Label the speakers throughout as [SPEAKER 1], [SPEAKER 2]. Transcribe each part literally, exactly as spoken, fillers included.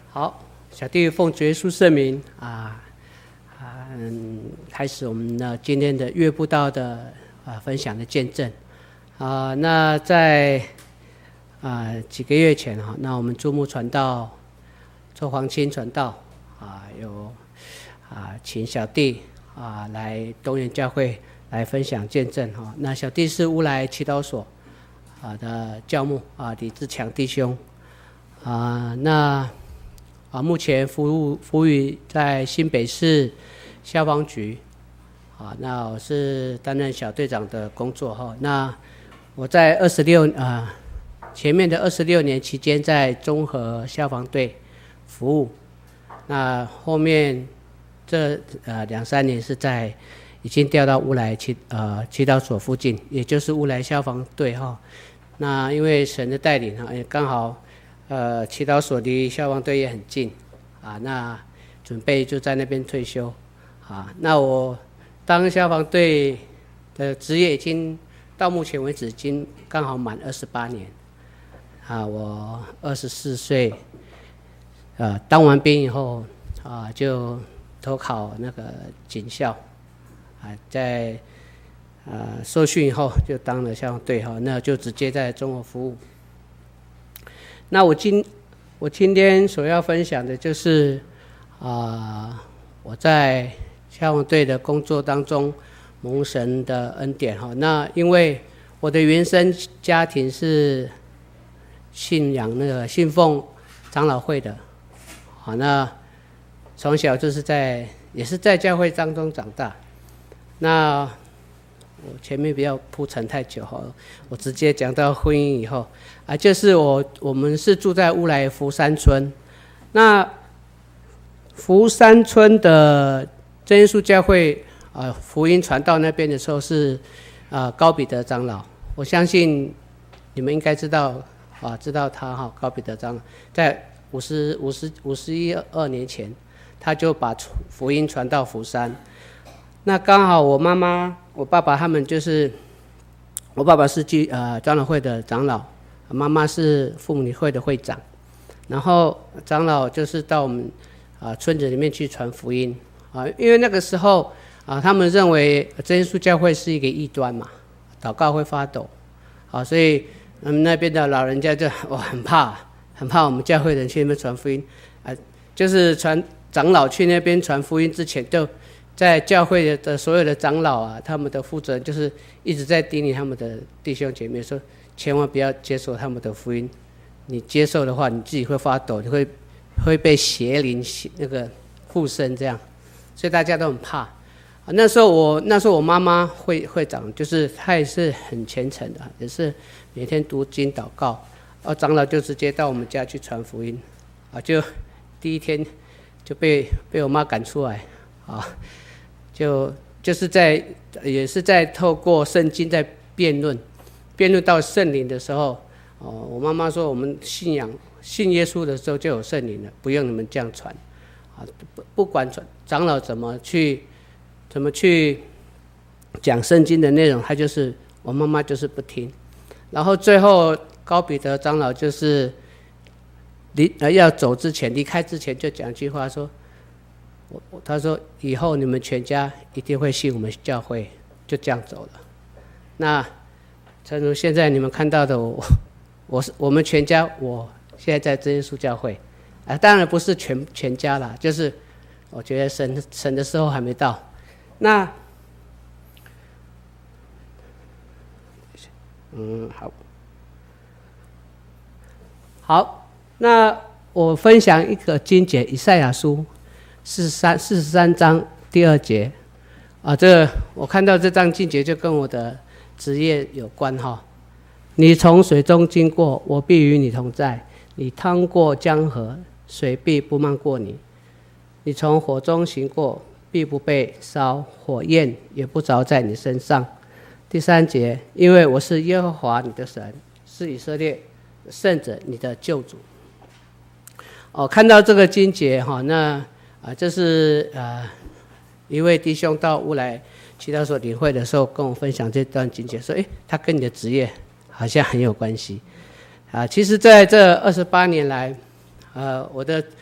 [SPEAKER 1] 好，小弟奉主耶稣圣名啊啊，嗯，开始我们的今天的月布道的啊分享的见证啊。那在啊几个月前哈，那我们注目传道周黄清传道啊，有啊请小弟啊来东园教会来分享见证哈。那小弟是乌来祈祷所啊的教牧啊李志强弟兄啊，那。啊，目前服务服务于在新北市消防局，啊，那我是担任小队长的工作哈。那我在二十六啊前面的二十六年期间在中和消防队服务，那后面这呃两三年是在已经调到乌来祈呃祈祷所附近，也就是乌来消防队哈。那因为神的带领哈，也刚好。呃，祈祷所离消防队也很近，啊，那准备就在那边退休，啊，那我当消防队的职业已经到目前为止已经刚好满二十八年，啊，我二十四岁，呃，当完兵以后，啊，就投考那个警校，啊，在呃受训以后就当了消防队哈，那就直接在中国服务。那我今我今天所要分享的就是啊、呃，我在消防队的工作当中蒙神的恩典哈。那因为我的原生家庭是信仰那个信奉长老会的，好，那从小就是在也是在教会当中长大。那我前面不要铺陈太久哈，我直接讲到婚姻以后啊，就是我我们是住在乌来福山村，那福山村的真耶稣教会啊，福音传到那边的时候是啊高彼得长老，我相信你们应该知道啊，知道他哈，高彼得长老在五十五十五十一二年前，他就把福音传到福山。那刚好我妈妈、我爸爸他们就是，我爸爸是基呃长老会的长老，妈妈是妇女会的会长，然后长老就是到我们啊、呃、村子里面去传福音啊，因为那个时候啊、呃、他们认为真耶稣教会是一个异端嘛，祷告会发抖，啊，所以嗯那边的老人家就哇很怕，很怕我们教会人去那边传福音啊，就是传长老去那边传福音之前就。在教会的所有的长老啊，他们的负责人就是一直在叮咛他们的弟兄姐妹说，千万不要接受他们的福音。你接受的话，你自己会发抖，你会会被邪灵那个附身这样，所以大家都很怕。那时候我那时候我妈妈会会长，就是她也是很虔诚的，也是每天读经祷告。然后长老就直接到我们家去传福音，啊，就第一天就被被我妈赶出来，啊。就就是在也是在透过圣经在辩论，辩论到圣灵的时候，哦，我妈妈说我们信仰信耶稣的时候就有圣灵了，不用你们这样传，啊，不不管长老怎么去怎么去讲圣经的内容，他就是我妈妈就是不听，然后最后高彼得长老就是离呃要走之前离开之前就讲一句话说。我他说以后你们全家一定会信我们教会，就这样走了。那正如现在你们看到的我，我是我们全家，我现在在真耶稣教会，啊，当然不是全全家啦，就是我觉得神神的时候还没到。那嗯好，好，那我分享一个经节，以赛亚书。四十三四十三章第二节，啊，这个我看到这章经节就跟我的职业有关哈。你从水中经过，我必与你同在；你趟过江河，水必不漫过你；你从火中行过，必不被烧，火焰也不着在你身上。第三节，因为我是耶和华你的神，是以色列圣者，你的救主。哦，看到这个经节哈，那。啊，这是呃一位弟兄到乌来祈祷所领会的时候，跟我分享这段经节，说：“哎，他跟你的职业好像很有关系。”啊，其实在这二十八年来，呃，我的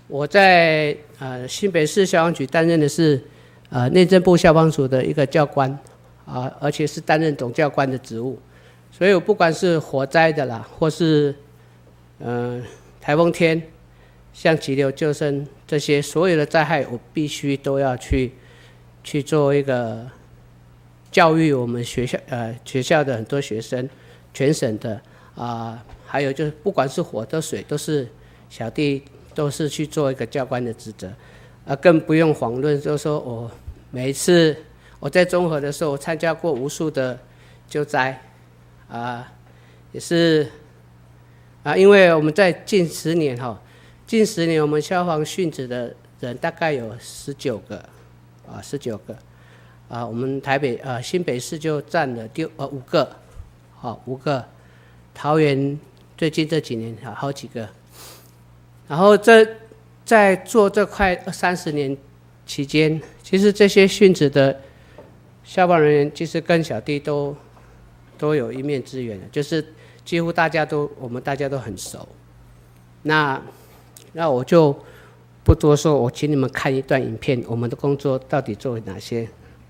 [SPEAKER 1] 我在呃新北市消防局担任的是呃内政部消防署的一个教官啊、呃，而且是担任总教官的职务，所以我不管是火灾的啦，或是呃台风天，像急流救生这些所有的灾害，我必须都要去去做一个教育我们学校呃学校的很多学生，全省的啊、呃，还有就是不管是火的水，都是小弟都是去做一个教官的职责，啊，更不用遑论，就是说我每一次我在中和的时候，我参加过无数的救灾，啊，也是啊，因为我们在近十年哈，近十年我们消防殉职的人大概有十九个，啊，十九个。啊，我们台北呃新北市就占了六呃五个，好、哦、五个，桃园最近这几年好好几个，然后这在做这快三十年期间，其实这些殉职的消防人员，其实跟小弟都都有一面之缘的，就是几乎大家都我们大家都很熟。那那我就不多说，我请你们看一段影片，我们的工作到底做了哪些。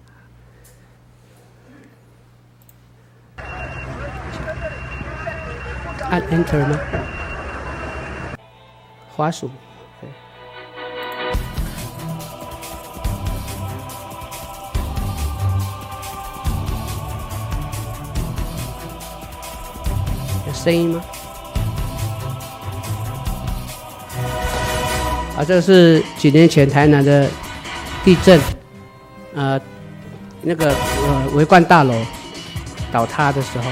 [SPEAKER 1] 按 Enter 吗？滑鼠。有声音吗？啊，这是几年前台南的地震，呃，那个呃维冠大楼倒塌的时候。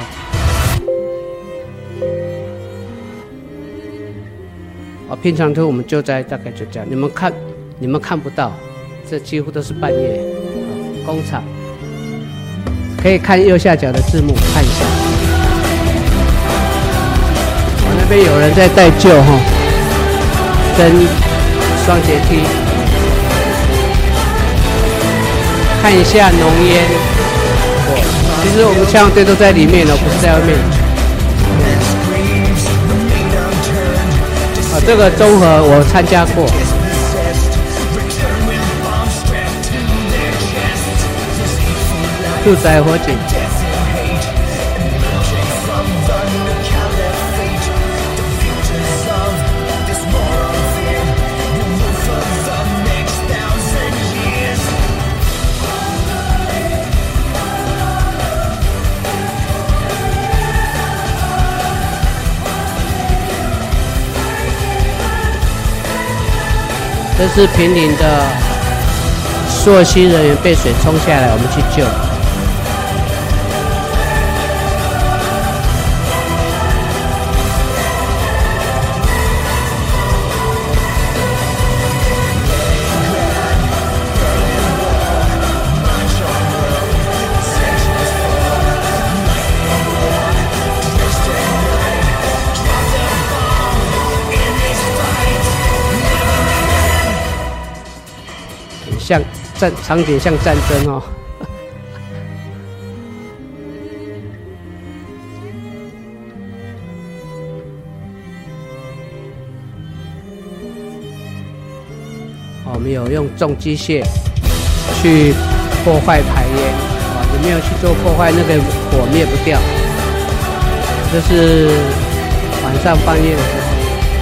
[SPEAKER 1] 哦，平常都我们救灾大概就这样，你们看，你们看不到，这几乎都是半夜。哦、工厂可以看右下角的字幕看一下。我、哦、那边有人在带救哈、哦，跟双节梯，看一下浓烟。哦，其实我们消防队都在里面了，不是在外面。这个综合我参加过，住宅火警，这是坪林的溯溪人员被水冲下来，我们去救。像战场景像战争哦，我们有用重机械去破坏排烟，啊，有没有去做破坏？那个火灭不掉，这是晚上半夜的时候。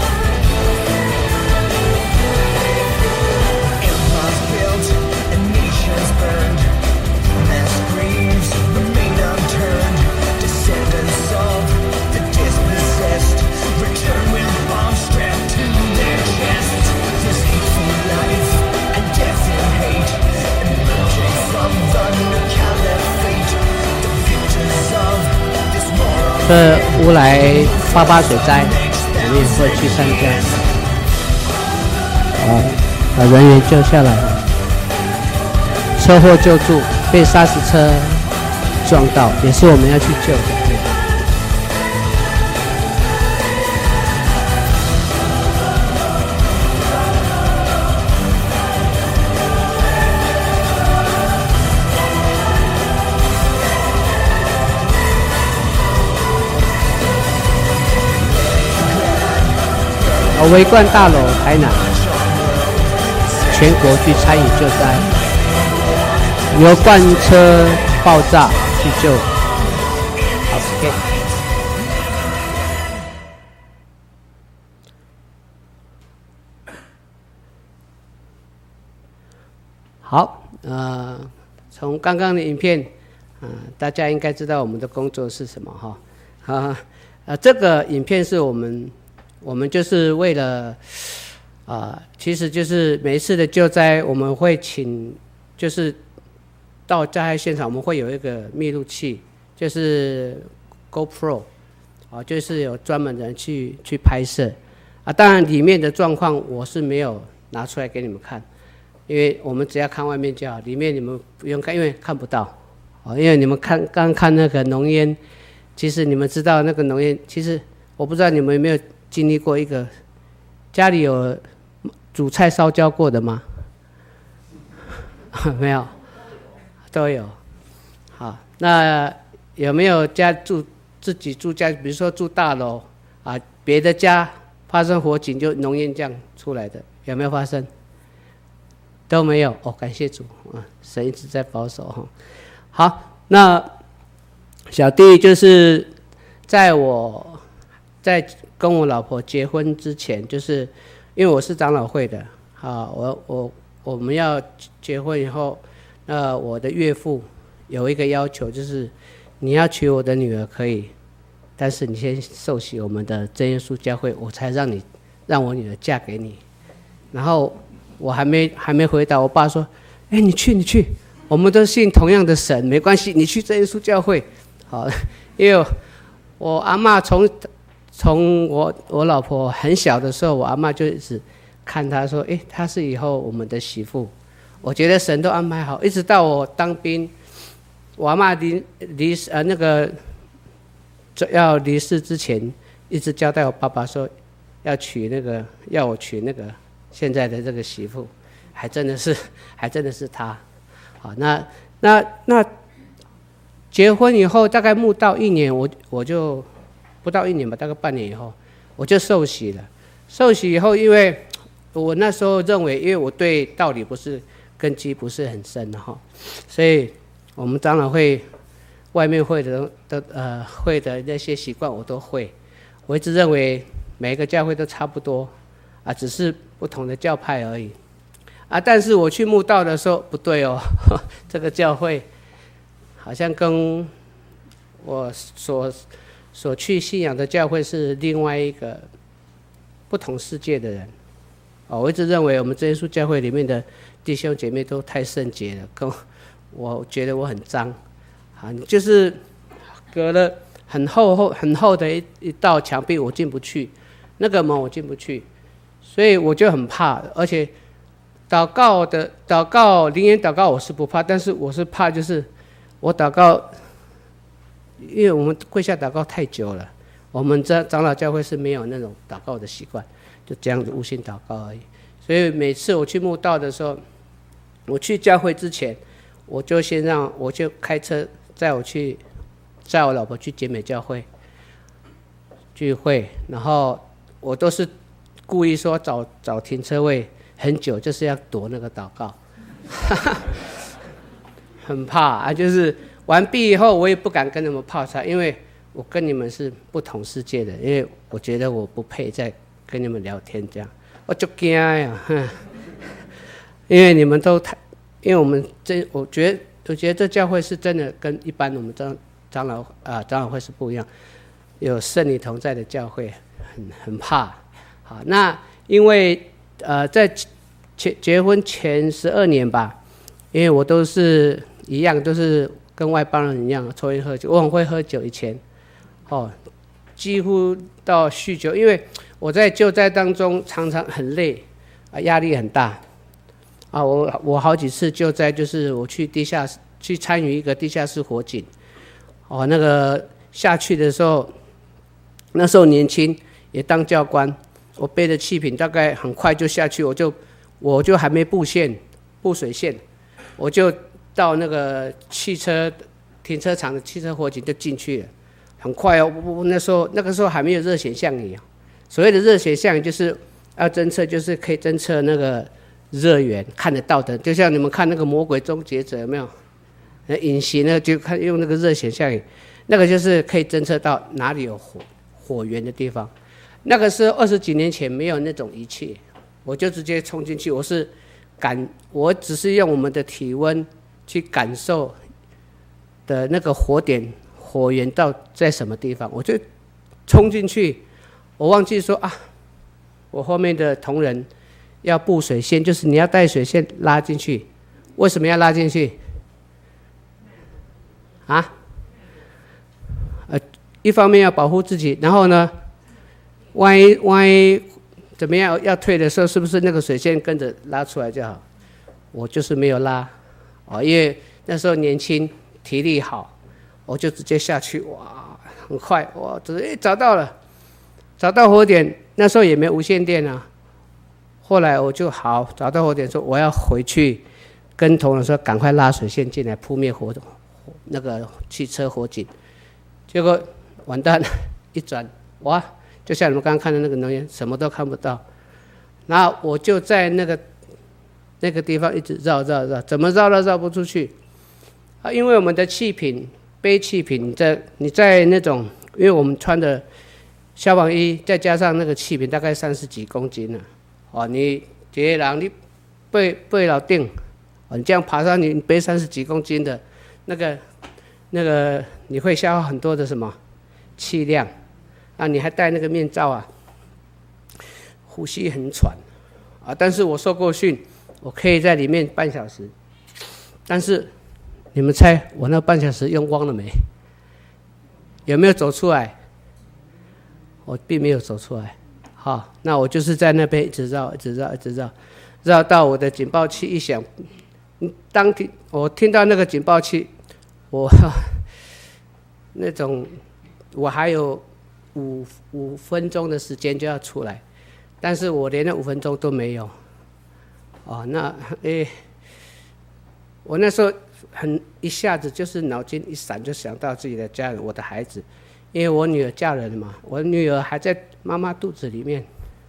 [SPEAKER 1] 这乌来八八水灾，我们也会去参加。啊，把人员救下来了。车祸救助，被砂石车撞到，也是我们要去救的。维冠大楼，台南。 全国去参与救灾，由罐车爆炸去救。好 ，OK。好，呃，从刚刚的影片，呃，大家应该知道我们的工作是什么哈。啊，呃，这个影片是我们，我们就是为了，啊、呃，其实就是每一次的救灾，我们会请，就是到灾害现场，我们会有一个密录器，就是 GoPro， 啊，就是有专门人去去拍摄，啊，当然里面的状况我是没有拿出来给你们看。因为我们只要看外面就好，里面你们不用看，因为看不到。哦，因为你们看刚看那个浓烟，其实你们知道那个浓烟，其实我不知道你们有没有经历过一个，家里有煮菜烧焦过的吗？没有，都有。好，那有没有家住自己住家，比如说住大楼啊，别的家发生火警就浓烟这样出来的，有没有发生？都没有哦，感谢主啊，神一直在保守哈。好，那小弟就是在我在跟我老婆结婚之前，就是因为我是长老会的啊，我我我们要结婚以后，那我的岳父有一个要求，就是你要娶我的女儿可以，但是你先受洗我们的真耶稣教会，我才让你让我女儿嫁给你，然后。我还没还没回答，我爸说：“哎，你去你去，我们都信同样的神，没关系，你去真耶稣教会。”好，因为我阿嬷从从我我老婆很小的时候，我阿嬷就一直看她说：“哎，她是以后我们的媳妇。”我觉得神都安排好，一直到我当兵，我阿嬷离离呃那个要离世之前，一直交代我爸爸说要娶那个要我娶那个。现在的这个媳妇，还真的是，还真的是她，好，那那那结婚以后，大概慕道一年，我我就不到一年吧，大概半年以后，我就受洗了。受洗以后，因为我那时候认为，因为我对道理不是根基不是很深的哈，所以我们长老会外面会的的呃会的那些习惯我都会，我一直认为每一个教会都差不多。啊，只是不同的教派而已，啊！但是我去慕道的时候不对哦，呵这个教会好像跟我所所去信仰的教会是另外一个不同世界的人。哦，我一直认为我们真耶稣教会里面的弟兄姐妹都太圣洁了，跟我觉得我很脏，啊，就是隔了很厚厚很厚的一一道墙壁，我进不去，那个门我进不去。所以我就很怕，而且祷告的祷告灵言祷告我是不怕，但是我是怕就是我祷告，因为我们跪下祷告太久了，我们这长老教会是没有那种祷告的习惯，就这样子无心祷告而已。所以每次我去慕道的时候，我去教会之前，我就先让我就开车载我去载我老婆去姐妹教会聚会，然后我都是。故意说找找停车位很久，就是要躲那个祷告，很怕啊！就是完毕以后，我也不敢跟你们泡茶，因为我跟你们是不同世界的，因为我觉得我不配再跟你们聊天这样，我就惊呀！因为你们都太，因为我们这，我觉得我觉得这教会是真的跟一般我们长长老啊长老会是不一样，有圣灵同在的教会，很很怕。好，那因为呃，在结结婚前十二年吧，因为我都是一样，都是跟外邦人一样抽烟喝酒，我很会喝酒以前，哦，几乎到酗酒，因为我在救灾当中常常很累啊，压力很大啊，我我好几次救灾就是我去地下去参与一个地下室火警，哦，那个下去的时候，那时候年轻也当教官。我背着气瓶，大概很快就下去，我就我就还没布线、布水线，我就到那个汽车停车场的汽车火警就进去了，很快哦。我那时候那个时候还没有热显像仪，所谓的热显像仪就是要侦测，就是可以侦测那个热源看得到的，就像你们看那个《魔鬼终结者》有没有？那隐形呢，就看用那个热显像仪，那个就是可以侦测到哪里有火火源的地方。那个是二十几年前没有那种仪器，我就直接冲进去，我是感，我只是用我们的体温去感受的那个火点火源到在什么地方，我就冲进去。我忘记说啊，我后面的同仁要布水线，就是你要带水线拉进去。为什么要拉进去？啊？呃，一方面要保护自己，然后呢，万一万一怎么样要退的时候，是不是那个水线跟着拉出来就好？我就是没有拉，哦，因为那时候年轻，体力好，我就直接下去，哇，很快，哇，直接找到了，找到火点。那时候也没无线电啊。后来我就好找到火点，说我要回去跟同仁说，赶快拉水线进来扑灭火那个汽车火警。结果完蛋了，一转哇，就像你们刚刚看的那个能源，什么都看不到。然后我就在那个那个地方一直绕绕绕，怎么绕都绕不出去啊！因为我们的气瓶背气瓶，你在你在那种，因为我们穿的消防衣，再加上那个气瓶，大概三十几公斤了。哦，你一个人你背背老定，哦，你这样爬上去，你背三十几公斤的，那个那个你会消耗很多的什么气量啊？你还戴那个面罩啊，呼吸很喘啊。但是我受过训，我可以在里面半小时。但是你们猜我那半小时用光了没？有没有走出来？我并没有走出来。好，那我就是在那边一直绕，一直绕，一直绕，绕到我的警报器一响，当听我听到那个警报器，我那种我还有五五分钟的时间就要出来，但是我连那五分钟都没有。哦，那诶，我那时候很一下子就是脑筋一闪，就想到自己的家人，我的孩子。因为我女儿嫁人了嘛，我女儿还在妈妈肚子里面。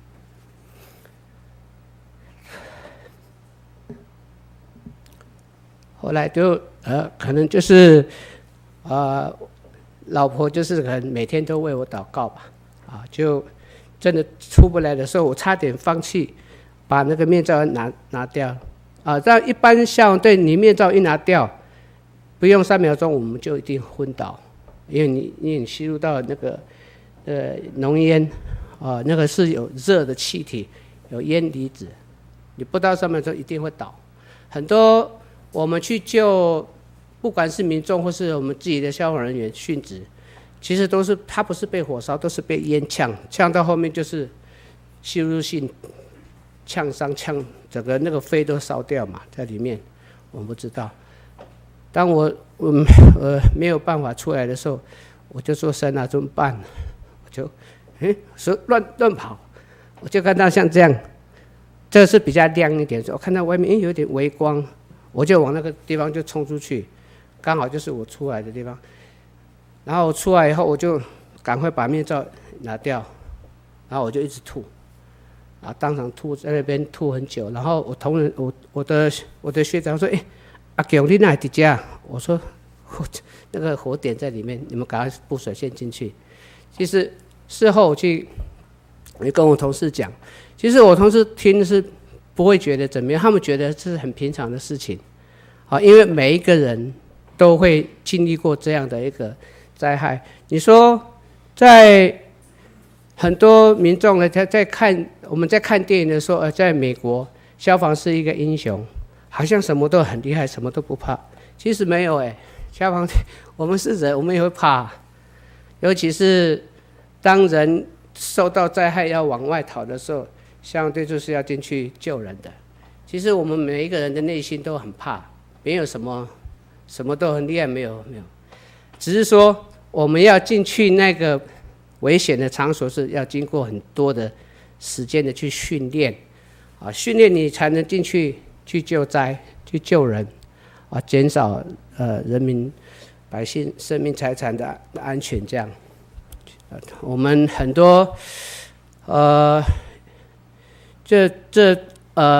[SPEAKER 1] 后来就呃，可能就是呃，老婆就是可能每天都为我祷告吧，啊，就真的出不来的时候，我差点放弃，把那个面罩拿拿掉，啊，但一般消防队你面罩一拿掉，不用三秒钟我们就一定昏倒。因为你因为你吸入到那个呃浓烟啊，那个是有热的气体，有烟离子，你不到三秒钟一定会倒。很多我们去救，不管是民众或是我们自己的消防人员殉职，其实都是他不是被火烧，都是被烟呛，呛到后面就是吸入性呛伤，呛整个那个肺都烧掉嘛，在里面我们不知道。当我我呃没有办法出来的时候，我就说神啊，怎么办？我就哎说乱乱跑，我就看到像这样，这是比较亮一点，我看到外面哎有点微光，我就往那个地方就冲出去，刚好就是我出来的地方。然后我出来以后，我就赶快把面罩拿掉，然后我就一直吐，啊，当场吐在那边吐很久。然后我同仁，我我的我的学长说，哎。阿强，你哪在家？我说，那个火点在里面，你们赶快布水线进去。其实事后我去，也跟我同事讲，其实我同事听是不会觉得怎么样，他们觉得这是很平常的事情，啊，因为每一个人都会经历过这样的一个灾害。你说，在很多民众呢，在在看我们在看电影的时候，呃，在美国消防是一个英雄。好像什么都很厉害，什么都不怕。其实没有哎、欸，消防队我们是人，我们也会怕。尤其是当人受到灾害要往外逃的时候，消防队就是要进去救人的。其实我们每一个人的内心都很怕，没有什么什么都很厉害，没有没有。只是说我们要进去那个危险的场所，是要经过很多的时间的去训练啊，训练你才能进去。去救灾，去救人，啊，减少呃人民百姓生命财产的安全，这样。呃、我们很多呃，这这呃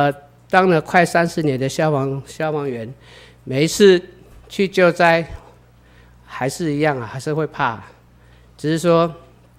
[SPEAKER 1] 当了快三十年的消防消防员，每一次去救灾，还是一样啊，还是会怕。只是说，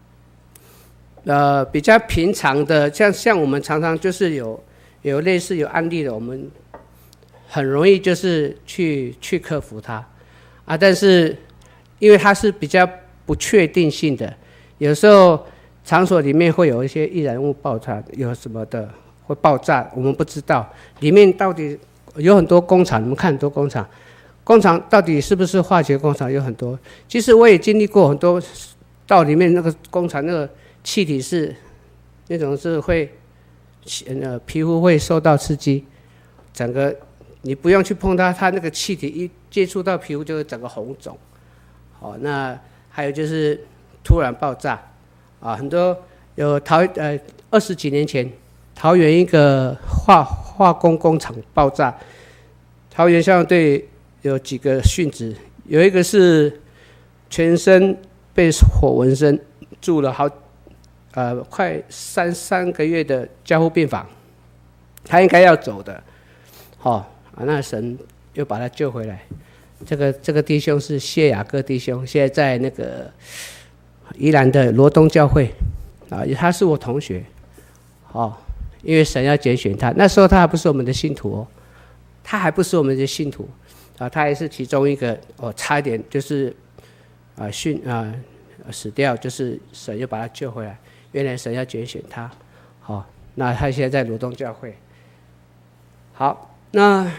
[SPEAKER 1] 呃，比较平常的，像像我们常常就是有有类似有案例的，我们很容易就是去去克服它啊。但是因为它是比较不确定性的，有时候场所里面会有一些易燃物爆炸，有什么的会爆炸，我们不知道里面到底有很多工厂，你们看很多工厂，工厂到底是不是化学工厂有很多。其实我也经历过很多，到里面那个工厂那个气体是那种是会，呃，皮肤会受到刺激，整个你不用去碰它，它那个气体一接触到皮肤就会整个红肿。好，那还有就是突然爆炸，啊，很多有桃呃二十几年前，桃园一个化化工工厂爆炸，桃园消防队有几个殉职，有一个是全身被火纹身，住了好呃快三三个月的加护病房，他应该要走的，好、哦、啊，那神又把他救回来。这个这个弟兄是谢雅各弟兄，现在在那个宜兰的罗东教会啊，他是我同学，哦，因为神要拣选他，那时候他还不是我们的信徒哦，他还不是我们的信徒啊，他也是其中一个哦，差一点就是啊殉啊死掉，就是神又把他救回来，原来神要拣选他，好、哦，那他现在在罗东教会，好，那。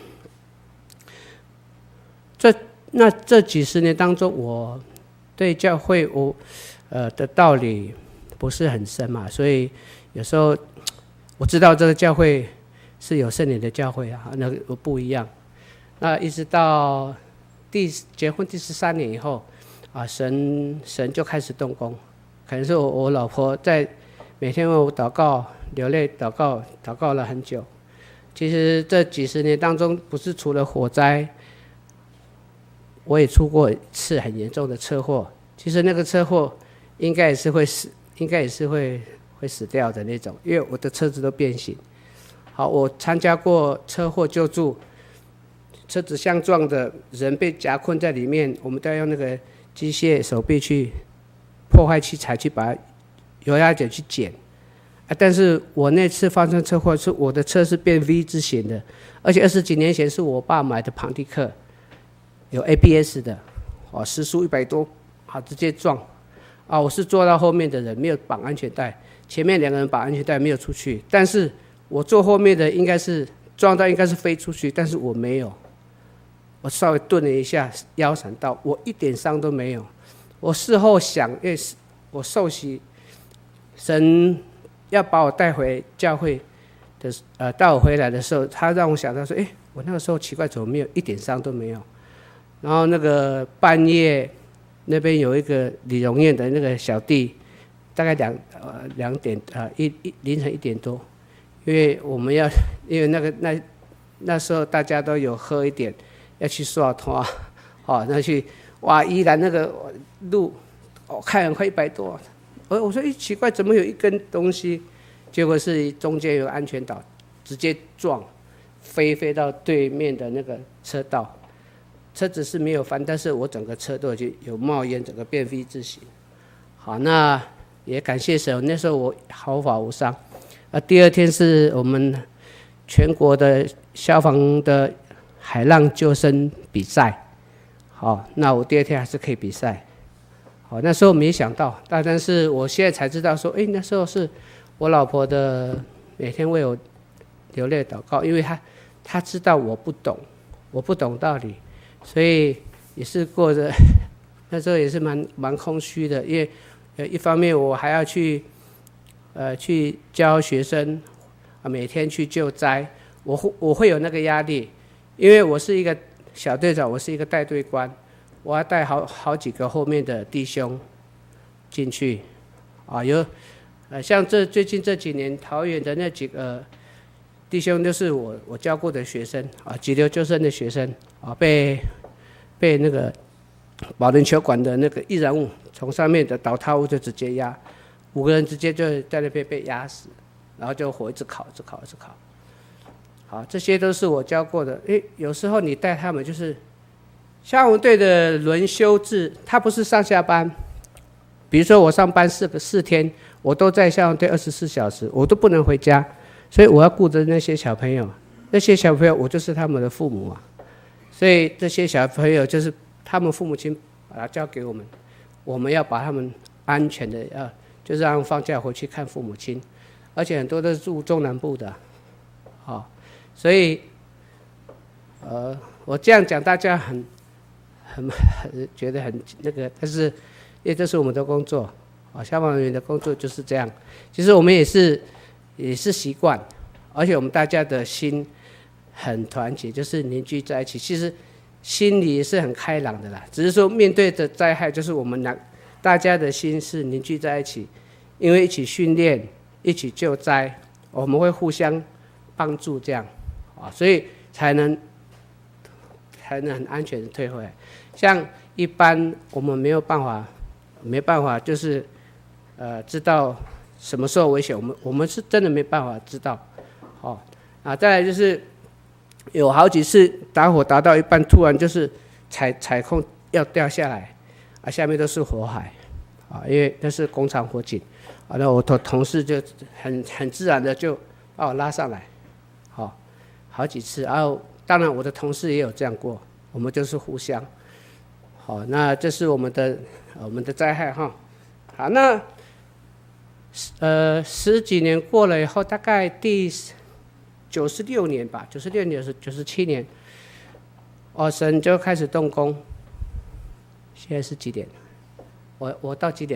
[SPEAKER 1] 这那这几十年当中，我对教会我呃的道理不是很深嘛，所以有时候我知道这个教会是有圣灵的教会啊，那个不一样。那一直到第结婚第十三年以后啊，神神就开始动工，可能是我我老婆在每天为我祷告流泪祷告祷告了很久。其实这几十年当中，不是除了火灾。我也出过一次很严重的车祸，其实那个车祸应该也是会死，应该也是会会死掉的那种，因为我的车子都变形。好，我参加过车祸救助，车子相撞的人被夹困在里面，我们都要用那个机械手臂去破坏器材去把它油压剪去剪。啊，但是我那次发生车祸是我的车是变 V 字形的，而且二十几年前是我爸买的庞蒂克。有 A B S 的，哦，时速一百多，好直接撞，啊，我是坐到后面的人，没有绑安全带，前面两个人绑安全带没有出去，但是我坐后面的应该是撞到，应该是飞出去，但是我没有，我稍微顿了一下，腰闪到，我一点伤都没有。我事后想，因为我受洗，神要把我带回教会的，呃，带我回来的时候，他让我想到说，哎，我那个时候奇怪，怎么没有一点伤都没有？然后那个半夜那边有一个李荣燕的那个小弟，大概两呃两点呃一一凌晨一点多，因为我们要因为那个那那时候大家都有喝一点，要去刷拖，哦，那去哇宜兰那个路，我、哦、开很快一百多，我我说哎奇怪怎么有一根东西，结果是中间有安全岛，直接撞，飞飞到对面的那个车道。车子是没有翻，但是我整个车都已经有冒烟，整个变 V 字形。好，那也感谢神，那时候我毫发无伤。啊，第二天是我们全国的消防的海浪救生比赛。好，那我第二天还是可以比赛。好，那时候没想到，但是我现在才知道说，哎，那时候是我老婆的每天为我流泪祷告，因为她她知道我不懂，我不懂道理。所以也是过着那时候也是蛮蛮空虚的，因为呃一方面我还要去呃去教学生啊，每天去救灾，我会我会有那个压力，因为我是一个小队长，我是一个带队官，我要带好好几个后面的弟兄进去啊，有呃像这最近这几年桃园的那几个弟兄都是我我教过的学生啊，急流救生的学生啊，被被那个保龄球馆的那个易燃物从上面的倒塌物就直接压，五个人直接就在那边被压死，然后就火一直烤，一直烤，一直烤。 好，这些都是我教过的。诶，有时候你带他们就是消防队的轮休制，他不是上下班。比如说我上班四个四天，我都在消防队二十四小时，我都不能回家，所以我要顾着那些小朋友，那些小朋友我就是他们的父母啊，所以这些小朋友就是他们父母亲把他交给我们，我们要把他们安全的要就是让放假回去看父母亲，而且很多都是住中南部的，好、哦，所以呃我这样讲大家很很很觉得很那个，但是因为这是我们的工作啊，消防员的工作就是这样。其实我们也是也是习惯，而且我们大家的心很团结，就是凝聚在一起。其实心里也是很开朗的啦，只是说面对的灾害，就是我们两大家的心是凝聚在一起，因为一起训练，一起救灾，我们会互相帮助这样啊，所以才能才能很安全的退回来。像一般我们没有办法。没办法，就是呃知道什么时候危险，我们我们是真的没办法知道，哦啊，再来就是有好几次打火打到一半，突然就是踩踩空要掉下来，啊，下面都是火海，啊，因为那是工厂火警，啊，那我的同事就很很自然的就把我拉上来，好、哦，好几次，然后当然我的同事也有这样过，我们就是互相。好，那这是我们的我们的灾害哈。好，那呃十几年过了以后，大概第九十六年吧，九十六年是九十七年，哦，神就开始动工。现在是几点？我我到几点？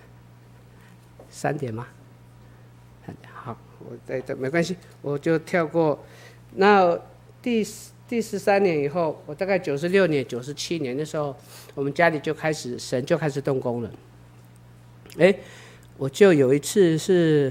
[SPEAKER 1] 三点吗？好，我在这没关系，我就跳过。那第第十三年以后，我大概九十六年、九十七年的时候，我们家里就开始神就开始动工了。哎，我就有一次是，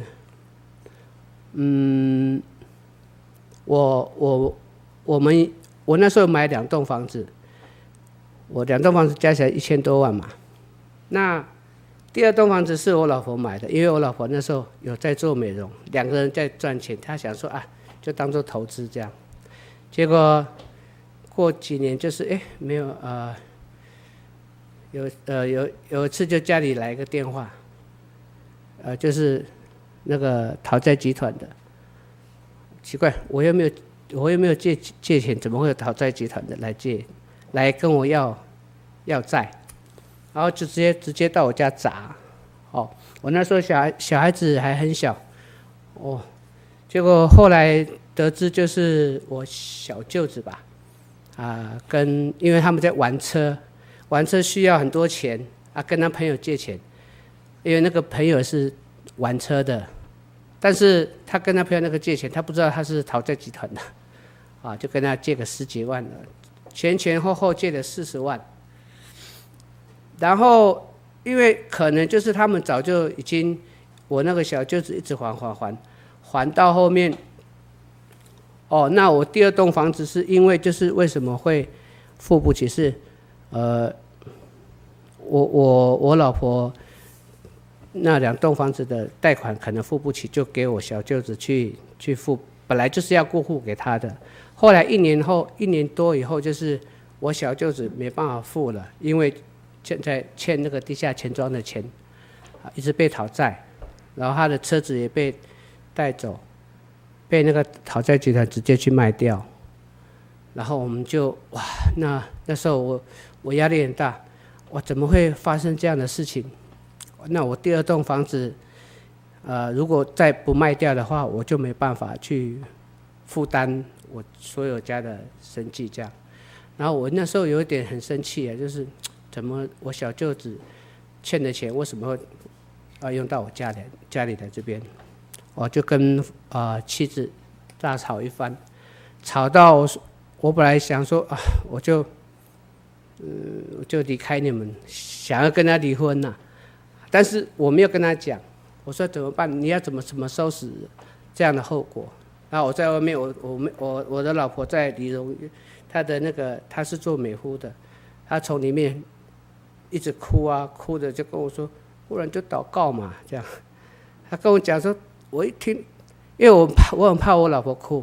[SPEAKER 1] 嗯，我我我们我那时候买两栋房子，我两栋房子加起来一千多万嘛。那第二栋房子是我老婆买的，因为我老婆那时候有在做美容，两个人在赚钱，她想说啊，就当做投资这样。结果过几年就是哎没有呃有呃有有一次就家里来一个电话，呃就是那个讨债集团的，奇怪我又没有我又没有借借钱，怎么会有讨债集团的来借来跟我要要债，然后就直接直接到我家砸，哦我那时候小孩小孩子还很小，哦结果后来。得知就是我小舅子吧，啊，跟因为他们在玩车，玩车需要很多钱啊，跟他朋友借钱，因为那个朋友是玩车的，但是他跟他朋友那个借钱，他不知道他是讨债集团的，啊，就跟他借个十几万了，前前后后借了四十万，然后因为可能就是他们早就已经，我那个小舅子一直还还还，还到后面。哦，那我第二栋房子是因为就是为什么会付不起是，呃，我我我老婆那两栋房子的贷款可能付不起，就给我小舅子去去付，本来就是要过户给他的，后来一年后一年多以后，就是我小舅子没办法付了，因为现在欠那个地下钱庄的钱，啊，一直被讨债，然后他的车子也被带走。被那个讨债集团直接去卖掉，然后我们就哇，那那时候我我压力很大，哇，怎么会发生这样的事情？那我第二栋房子，呃，如果再不卖掉的话，我就没办法去负担我所有家的生计这样。然后我那时候有一点很生气啊，就是怎么我小舅子欠的钱为什么会啊用到我家里家里的这边？我就跟啊、呃、妻子大吵一番，吵到我我本来想说啊，我就嗯我就离开你们，想要跟他离婚呐、啊，但是我没有跟他讲，我说怎么办？你要怎么怎么收拾这样的后果？然后我在外面，我我我我的老婆在理容，她的那个她是做美肤的，她从里面一直哭啊，哭的就跟我说，不然就祷告嘛，这样。她跟我讲说。我一听，因为我怕，我很怕我老婆哭，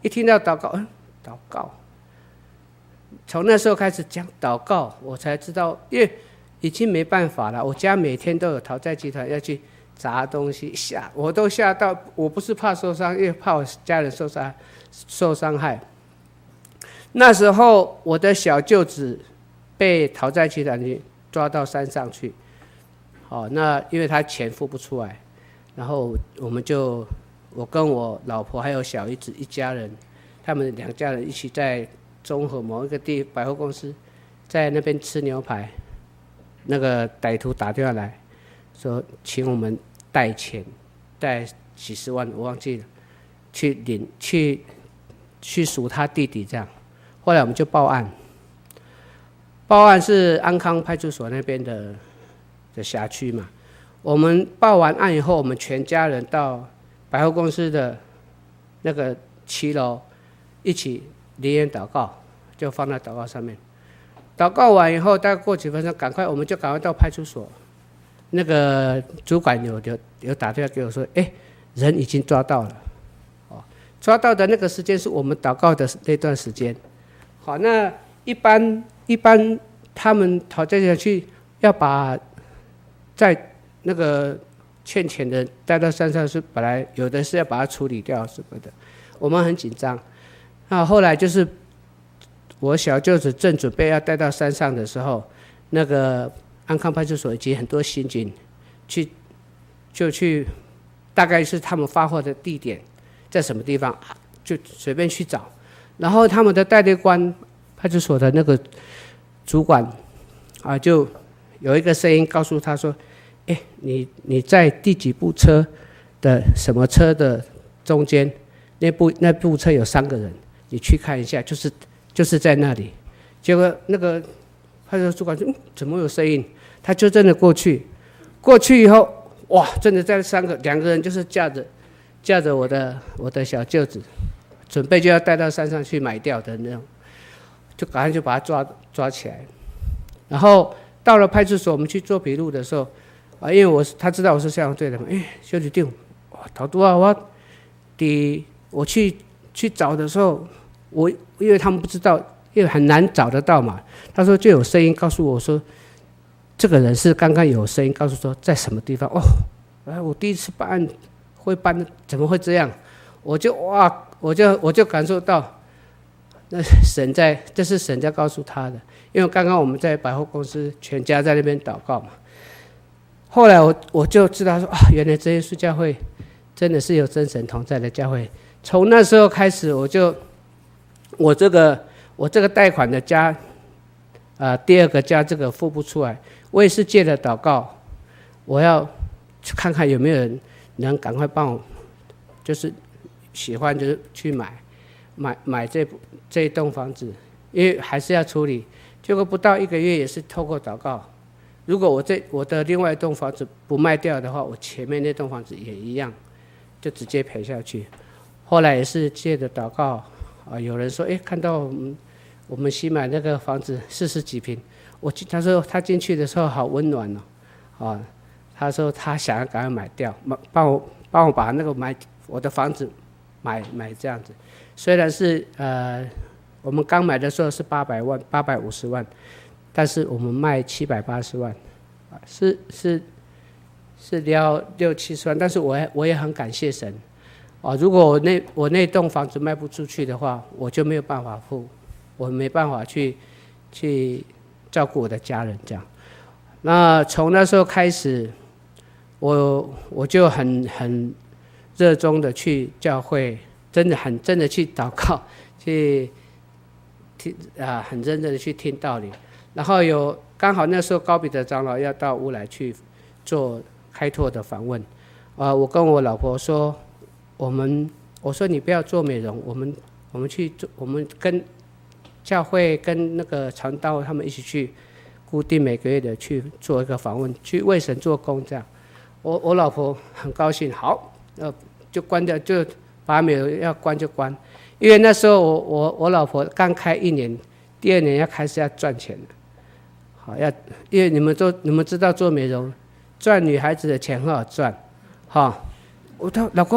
[SPEAKER 1] 一听到祷告，嗯，祷告，从那时候开始讲祷告，我才知道，因为已经没办法了。我家每天都有讨债集团要去砸东西，吓我都吓到。我不是怕受伤，因为怕我家人受伤受伤害。那时候我的小舅子被讨债集团抓到山上去，好，那因为他钱付不出来，然后我们就我跟我老婆还有小姨子一家人，他们两家人一起在中和某一个地百货公司，在那边吃牛排。那个歹徒打电话来说，请我们带钱，带几十万，我忘记了，去领去去赎他弟弟这样。后来我们就报案，报案是安康派出所那边的的辖区嘛。我们报完案以后，我们全家人到百货公司的那个七楼一起连言祷告，就放在祷告上面。祷告完以后，大概过几分钟，赶快我们就赶快到派出所。那个主管有有有打电话给我说：“哎，人已经抓到了。”哦，抓到的那个时间是我们祷告的那段时间。好，那一般一般他们讨债集团去要把在那个欠钱的带到山上，是本来有的是要把它处理掉什么的，我们很紧张。那后来就是我小舅子正准备要带到山上的时候，那个安康派出所以及很多刑警去就去，大概是他们发货的地点在什么地方，就随便去找。然后他们的代理官派出所的那个主管啊，就有一个声音告诉他说：“哎，你你在第几部车的什么车的中间，那部那部车有三个人，你去看一下，就是就是在那里。”结果那个派出所主管说：“嗯，怎么有声音？”他就真的过去，过去以后，哇，真的在三个两个人就是架着架着我的我的小舅子，准备就要带到山上去买掉的那种，就赶快就把他抓抓起来。然后到了派出所，我们去做笔录的时候，啊，因为我他知道我是消防队的嘛，哎，小弟弟，哇，头拄啊，我第我去去找的时候，我因为他们不知道，因为很难找得到嘛。他说就有声音告诉我说，这个人是刚刚有声音告诉说在什么地方。哦，哎，我第一次办案会办的，怎么会这样？我就哇，我就我就感受到，那神在，这是神在告诉他的。因为刚刚我们在百货公司全家在那边祷告嘛，后来我我就知道说啊，原来这些书教会真的是有真神同在的教会。从那时候开始，我就我这个我这个贷款的家，啊、呃，第二个家这个付不出来，我也是借了祷告，我要去看看有没有人能赶快帮我，就是喜欢就是去买买买这这一栋房子，因为还是要处理。结果不到一个月，也是透过祷告，如果我这我的另外一栋房子不卖掉的话，我前面那栋房子也一样，就直接赔下去。后来也是借着祷告啊，有人说，哎，看到我们我们新买那个房子四十几平，我他说他进去的时候好温暖哦，啊，他说他想要赶快买掉，帮我帮我把那个买我的房子买买这样子，虽然是呃。我们刚买的时候是八百万，八百五十万，但是我们卖七百八十万，啊，是是是要六七十万，但是我也我也很感谢神，啊，如果我那我那栋房子卖不出去的话，我就没有办法付，我没办法去去照顾我的家人这样。那从那时候开始，我我就很很热衷的去教会，真的很真的去祷告，去。听啊，很认真的去听道理，然后有刚好那时候高彼得长老要到乌来去做开拓的访问，啊，我跟我老婆说，我们我说你不要做美容，我们我们去做，我们跟教会跟那个传道他们一起去，固定每个月的去做一个访问，去为神做工这样。我我老婆很高兴，好，呃，就关掉，就把美容要关就关。因为那时候我我我老婆刚开一年，第二年要开始要赚钱了，好要，因为你们都你们知道做美容，赚女孩子的钱很好赚，哈，我说老公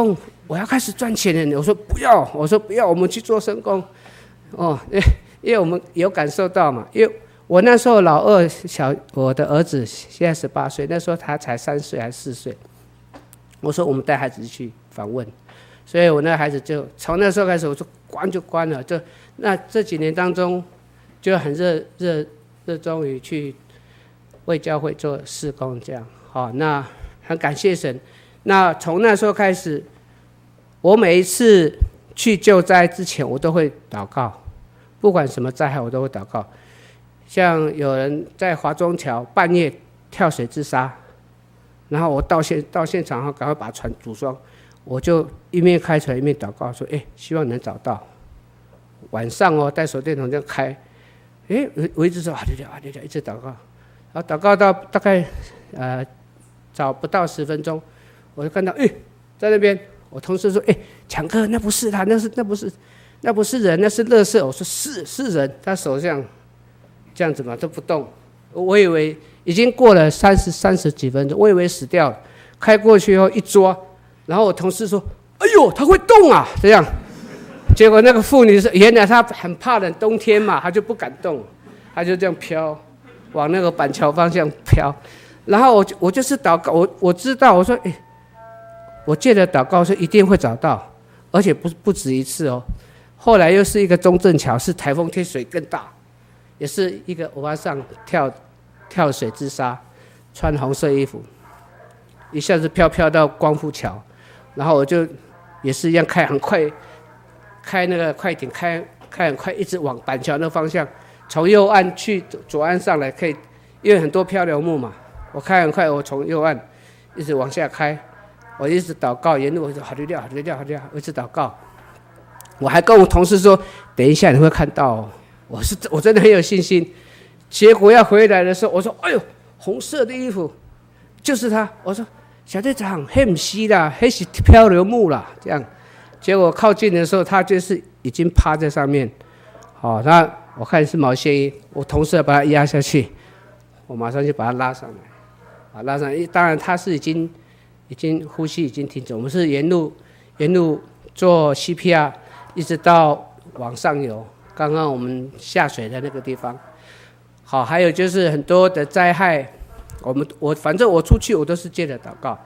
[SPEAKER 1] 我要开始赚钱了。我说不要，我说不要，我们去做神工。哦，因为我们有感受到嘛，因为我那时候老二小，我的儿子现在十八岁，那时候他才三岁还是四岁。我说我们带孩子去访问，所以我那孩子就从那时候开始，我说关就关了。就那这几年当中，就很热热热衷于去为教会做事工，这样。好，那很感谢神。那从那时候开始，我每一次去救灾之前，我都会祷告，不管什么灾害，我都会祷告。像有人在华中桥半夜跳水自杀，然后我到现到现场后，赶快把船组装，我就一面开船一面祷告，说：“哎，希望能找到。”晚上哦，带手电筒这样开，哎，我我一直说啊，对对啊，对对，一直祷告，然后祷告到大概呃找不到十分钟，我就看到哎，在那边，我同事说：“哎，强哥，那不是他，那是那不是那不是人，那是垃圾。”我说：“是是人。”他手这样这样子嘛都不动，我以为已经过了三十三十几分钟，我以为死掉了。开过去后一抓，然后我同事说：“哎呦，他会动啊！”这样，结果那个妇女是原来她很怕冷，冬天嘛，她就不敢动，她就这样飘，往那个板桥方向飘。然后我就我就是祷告，我我知道，我说：“哎，我借着祷告说一定会找到，而且不不止一次哦。”后来又是一个中正桥，是台风天水更大，也是一个欧巴桑跳跳水自杀，穿红色衣服，一下子飘飘到光复桥，然后我就也是一样开很快，开那个快艇开开很快，一直往板桥那方向，从右岸去左岸上来，可以因为很多漂流木嘛，我开很快，我从右岸一直往下开，我一直祷告，沿路我说好溜掉好溜掉好溜掉，我一直祷告，我还跟我同事说，等一下你会看到哦，我是我真的很有信心。结果要回来的时候，我说：“哎呦，红色的衣服，就是他。”我说：“小队长，那不是啦，那是漂流木啦。”这样，结果靠近的时候，他就是已经趴在上面。好、哦，那我看是毛线衣，我同事要把他压下去，我马上就把他拉上来，啊，拉上来。当然他是已经已经呼吸已经停止，我们是沿路沿路做 C P R， 一直到往上游。刚刚我们下水的那个地方。好，还有就是很多的灾害，我们我反正我出去我都是借着祷告。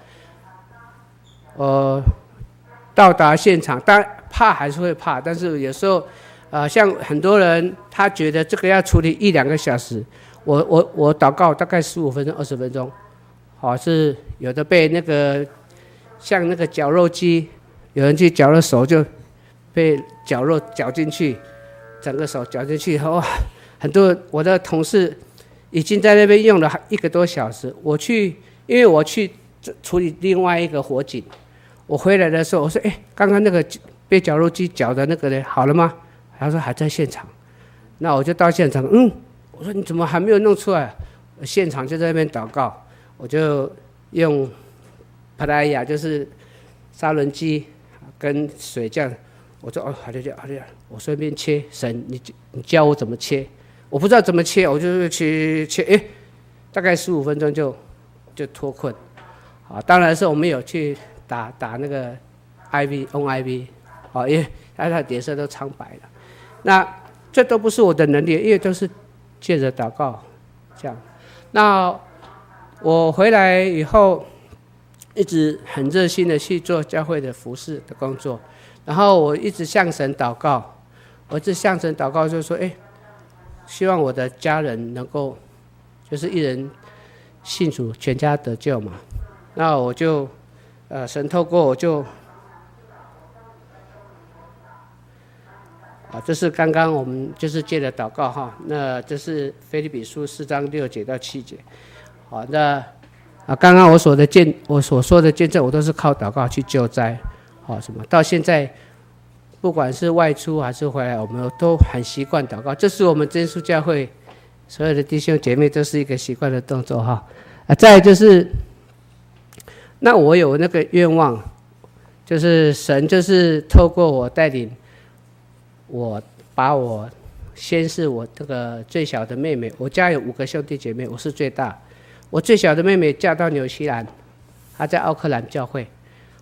[SPEAKER 1] 呃，到达现场，当然怕还是会怕，但是有时候，呃，像很多人他觉得这个要处理一两个小时，我我我祷告大概十五分钟二十分钟，好，是有的被那个像那个绞肉机，有人去绞了手就被绞肉绞进去，整个手绞进去以后哇。很多我的同事已经在那边用了一个多小时。我去，因为我去处理另外一个火警，我回来的时候，我说：“哎，刚刚那个被绞肉机绞的那个呢，好了吗？”他说：“还在现场。”那我就到现场，嗯，我说：“你怎么还没有弄出来？”现场就在那边祷告，我就用帕拉雅，就是砂轮机跟水这样，我说：“哦，好的，好的，我顺便切神，你你教我怎么切。”我不知道怎么切，我就切切，哎，大概十五分钟就就脱困，啊，当然是我们有去打打那个 I V，on I V， 啊，因为它的脸色都苍白了，那这都不是我的能力，因为都是借着祷告这样。那我回来以后，一直很热心的去做教会的服事的工作，然后我一直向神祷告，我一直向神祷告，就说，哎。希望我的家人能够，就是一人信主，全家得救嘛。那我就，呃，神透过我就，啊，这是刚刚我们就是借的祷告哈。那这是腓立比书四章六节到七节。好，那啊，刚刚我所的见，我所说的见证，我都是靠祷告去救灾，好什么？到现在。不管是外出还是回来，我们都很习惯祷告。这是我们真耶稣教会所有的弟兄姐妹都是一个习惯的动作哈。啊，再来就是，那我有那个愿望，就是神就是透过我带领我，把我先是我这个最小的妹妹，我家有五个兄弟姐妹，我是最大，我最小的妹妹嫁到纽西兰，她在奥克兰教会。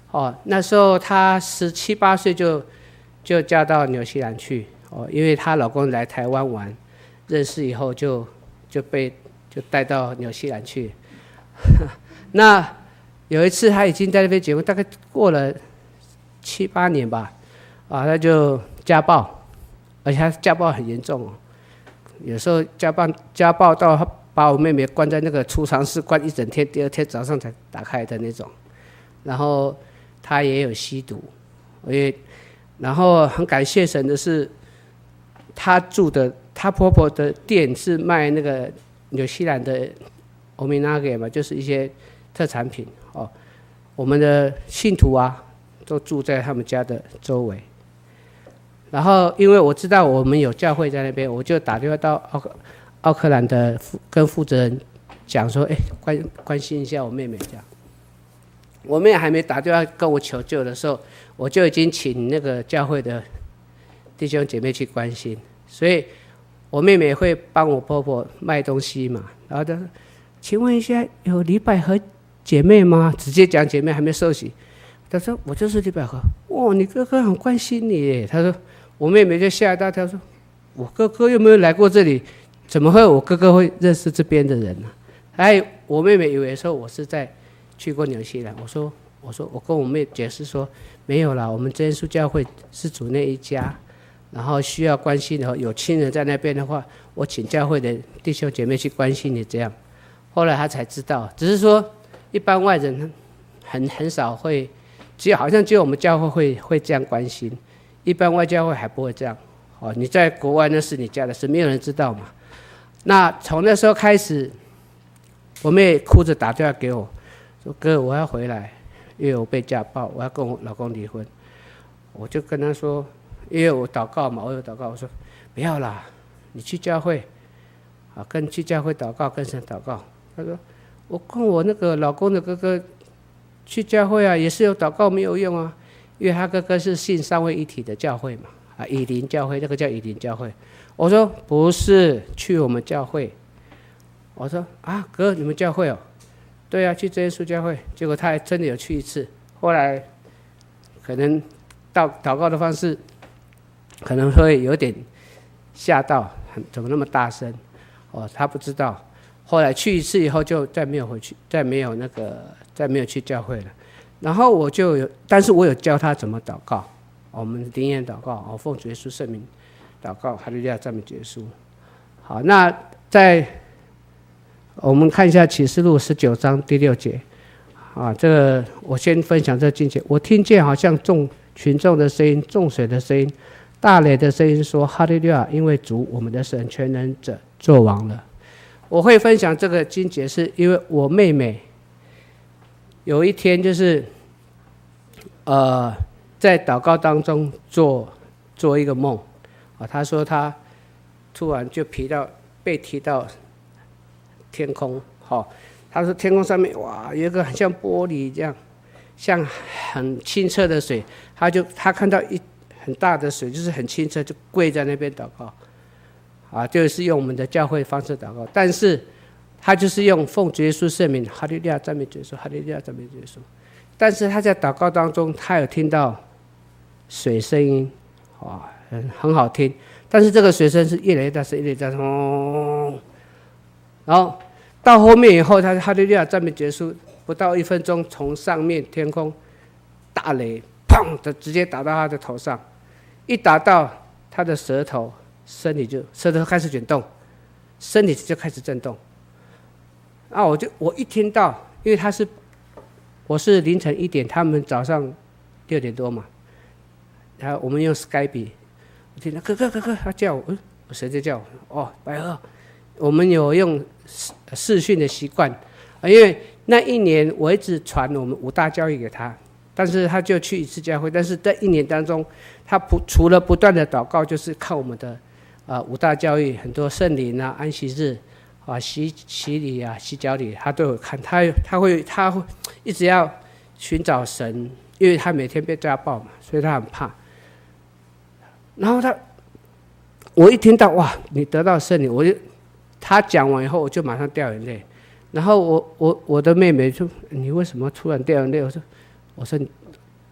[SPEAKER 1] 哦，那时候她十七八岁就就嫁到纽西兰去哦，因为她老公来台湾玩，认识以后就就被就带到纽西兰去。那有一次她已经在那边结婚，大概过了七八年吧，啊，她就家暴，而且她家暴很严重哦，有时候家暴家暴到她把我妹妹关在那个储藏室关一整天，第二天早上才打开的那种。然后她也有吸毒，也然后很感谢神的是，她住的她婆婆的店是卖那个纽西兰的欧米纳给嘛，就是一些特产品哦。我们的信徒啊，都住在他们家的周围。然后因为我知道我们有教会在那边，我就打电话到奥克奥克兰的跟负责人讲说，哎，关关心一下我妹妹这样。我妹还没打电话跟我求救的时候，我就已经请那个教会的弟兄姐妹去关心，所以我妹妹会帮我婆婆卖东西嘛。然后她说：“请问一下，有李百合姐妹吗？”直接讲姐妹还没受洗。她说：“我就是李百合。”哇，你哥哥很关心你耶。她说，我妹妹就吓一大跳，说：“我哥哥又没有来过这里，怎么会我哥哥会认识这边的人呢？”哎，我妹妹以为说我是在去过纽西兰，我说我说我跟我妹解释说没有啦，我们真耶稣教会是主内一家，然后需要关心的有亲人在那边的话，我请教会的弟兄姐妹去关心你这样。后来她才知道，只是说一般外人很很少会，只有好像只有我们教会会会这样关心，一般外教会还不会这样。哦，你在国外那是你家的事，没有人知道嘛。那从那时候开始，我妹哭着打电话给我。说哥，我要回来，因为我被家暴，我要跟我老公离婚。我就跟他说，因为我祷告嘛，我有祷告，我说不要啦，你去教会，啊，跟去教会祷告，跟神祷告。他说我跟我那个老公的哥哥去教会啊，也是有祷告没有用啊，因为他哥哥是信三位一体的教会嘛，啊，以林教会，那个叫以林教会。我说不是，去我们教会。我说啊，哥，你们教会哦？对啊，去真耶稣教会，结果他还真的有去一次。后来可能祷祷告的方式可能会有点吓到，怎么那么大声？哦，他不知道。后来去一次以后，就再没有回去，再没有那个，再没有去教会了。然后我就有，但是我有教他怎么祷告。我们灵言祷告，哦，奉主耶稣圣名祷告，哈利路亚，赞美主耶稣。好，那在。我们看一下启示录十九章第六节，啊，这个我先分享这经节。我听见好像众群众的声音、众水的声音、大雷的声音说：“哈利路亚！因为主我们的神全能者作王了。”我会分享这个经节，是因为我妹妹有一天就是，呃，在祷告当中做做一个梦，啊，她说她突然就提到被提到。天空，好、哦，他说天空上面哇，有一个很像玻璃这样，像很清澈的水，他就他看到一很大的水，就是很清澈，就跪在那边祷告，啊，就是用我们的教会方式祷告，但是他就是用奉主耶稣圣名，哈利路亚赞美主耶稣，哈利路亚赞美主耶稣，但是他在祷告当中，他有听到水声音，哇，很很好听，但是这个水声是越来越大声，越来越大声，哦，然后。到后面以后，他哈利路亚赞美结束，不到一分钟，从上面天空大雷砰的直接打到他的头上，一打到他的舌头，身体就舌头开始卷动，身体就开始震动。啊，我就我一听到，因为他是我是凌晨一点，他们早上六点多嘛，然后我们用 Skype， 我听到哥哥哥哥，他叫我，嗯，我谁在叫我？哦，百合。我们有用视讯的习惯，因为那一年我一直传我们五大教育给他，但是他就去一次教会，但是在一年当中，他不除了不断的祷告，就是看我们的啊、呃、五大教育，很多圣灵啊、安息日啊、洗洗礼啊、洗脚礼，他都有看，他他会他会一直要寻找神，因为他每天被家暴嘛，所以他很怕。然后他，我一听到哇，你得到圣灵，我就。他讲完以后，我就马上掉眼泪。然后我我我的妹妹说：“你为什么突然掉眼泪？”我说：“我说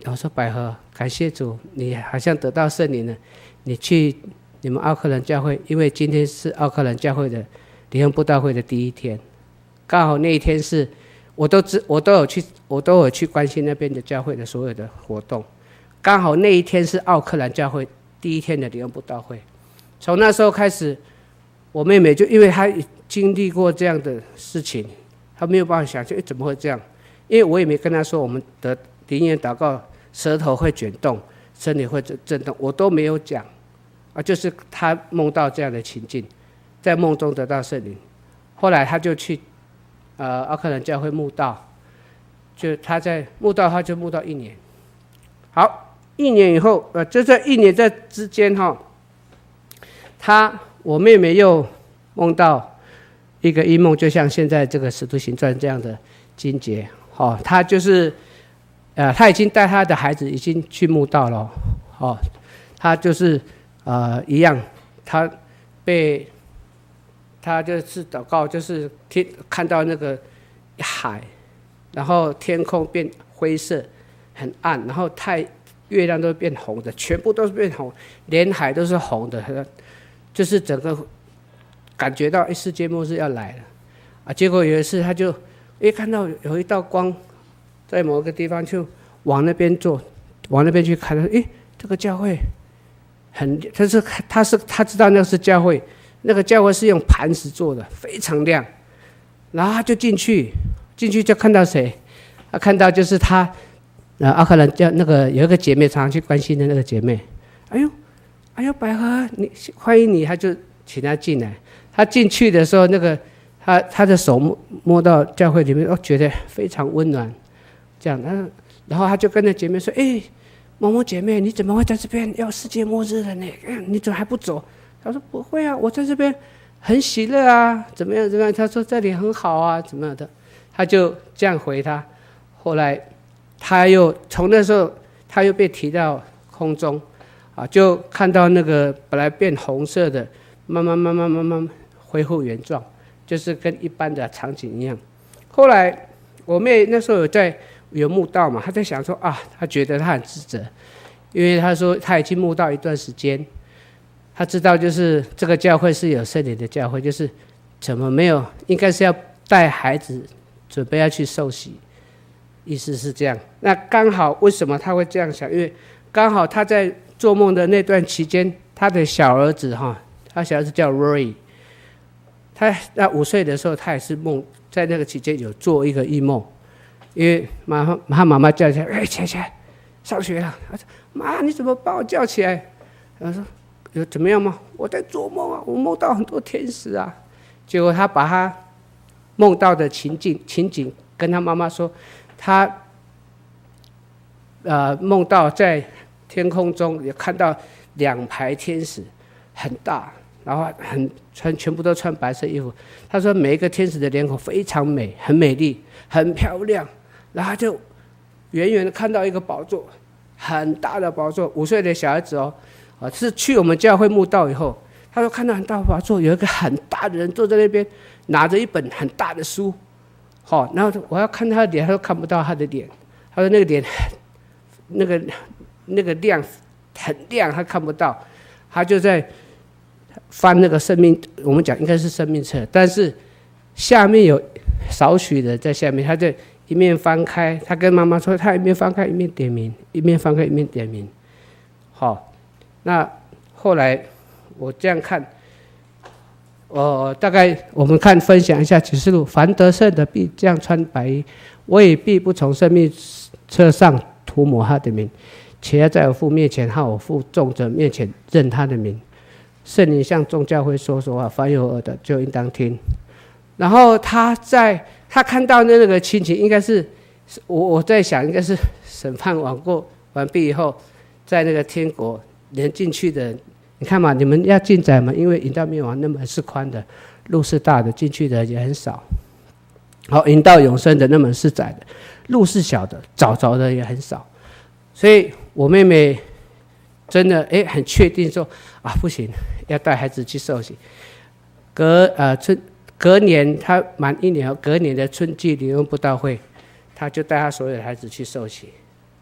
[SPEAKER 1] 我说百合，感谢主，你好像得到圣灵了，你去你们奥克兰教会，因为今天是奥克兰教会的联合布道会的第一天，刚好那一天是我都知我都有去我都有去关心那边的教会的所有的活动，刚好那一天是奥克兰教会第一天的联合布道会。从那时候开始，我妹妹就因为她经历过这样的事情，她没有办法想象怎么会这样，因为我也没跟她说我们的灵言祷告舌头会卷动，身体会震动，我都没有讲啊，就是她梦到这样的情境，在梦中得到圣灵，后来她就去呃奥克兰教会慕道，就她在慕道，她就慕道一年。好，一年以后，呃，就在一年在之间哈。他我妹妹又梦到一个异梦，就像现在这个《使徒行传》这样的经节，哦，他就是，呃，他已经带他的孩子已经去慕道了，哦，他就是呃一样，他被他就是祷告，就是天看到那个海，然后天空变灰色，很暗，然后太月亮都变红的，全部都是变红，连海都是红的。就是整个感觉到，哎，世界末日要来了，啊！结果有一次，他就，哎，看到有一道光，在某个地方，就往那边坐，往那边去看，哎，这个教会很，他是他是他知道那是教会，那个教会是用磐石做的，非常亮。然后他就进去，进去就看到谁？他看到就是他，呃，奥克兰教那个有一个姐妹常常去关心的那个姐妹，哎呦。哎呦，百合，你欢迎你，他就请他进来。他进去的时候，那个他他的手摸摸到教会里面，哦，觉得非常温暖，这样。然后他就跟那姐妹说：“哎，某某姐妹，你怎么会在这边？要世界末日了呢？你怎么还不走？”他说：“不会啊，我在这边很喜乐啊，怎么样怎么样？”他说：“这里很好啊，怎么样的？”他就这样回他。后来他又从那时候，他又被提到空中。啊，就看到那个本来变红色的，慢慢慢慢慢慢恢复原状，就是跟一般的场景一样。后来我妹那时候有在有慕道嘛，她在想说啊，她觉得她很自责，因为她说她已经慕道一段时间，她知道就是这个教会是有圣灵的教会，就是怎么没有，应该是要带孩子准备要去受洗，意思是这样。那刚好为什么她会这样想？因为刚好她在做梦的那段期间，他的小儿子哈，他小儿子叫 Roy， 他在五岁的时候，他也是梦，在那个期间有做一个异梦，因为妈妈他妈妈叫起来，哎，起来起来，上学了。他说：“妈，你怎么把我叫起来？”他说：“有怎么样吗？我在做梦啊，我梦到很多天使啊。”结果他把他梦到的情景情景跟他妈妈说，他呃梦到在天空中也看到两排天使，很大，然后很穿全部都穿白色衣服。他说每一个天使的脸孔非常美，很美丽，很漂亮。然后他就远远的看到一个宝座，很大的宝座。五岁的小孩子哦，啊，是去我们教会慕道以后，他说看到很大的宝座，有一个很大的人坐在那边，拿着一本很大的书。好，然后我要看他的脸，他都看不到他的脸。他说那个脸，那个。那个亮很亮，他看不到，他就在翻那个生命，我们讲应该是生命册，但是下面有少许的在下面，他就一面翻开，他跟妈妈说，他一面翻开一面点名，一面翻开一面点名。好，那后来我这样看，呃，大概我们看分享一下启示录，凡得胜的必这样穿白衣，我也必不从生命册上涂抹他的名。且要在我父面前和我父众者面前认他的名。圣灵向众教会说说话，凡有耳的就应当听。然后他在他看到那个情景，应该是我我在想，应该是审判完过完毕以后，在那个天国连进去的，你看嘛，你们要进窄门，因为引到灭亡，那门是宽的，路是大的，进去的也很少。好，引到永生的那门是窄的，路是小的，找着的也很少。所以我妹妹真的哎很确定说啊不行，要带孩子去受洗。隔呃春隔年她满一年后，隔年的春季联合布道会，她就带她所有的孩子去受洗。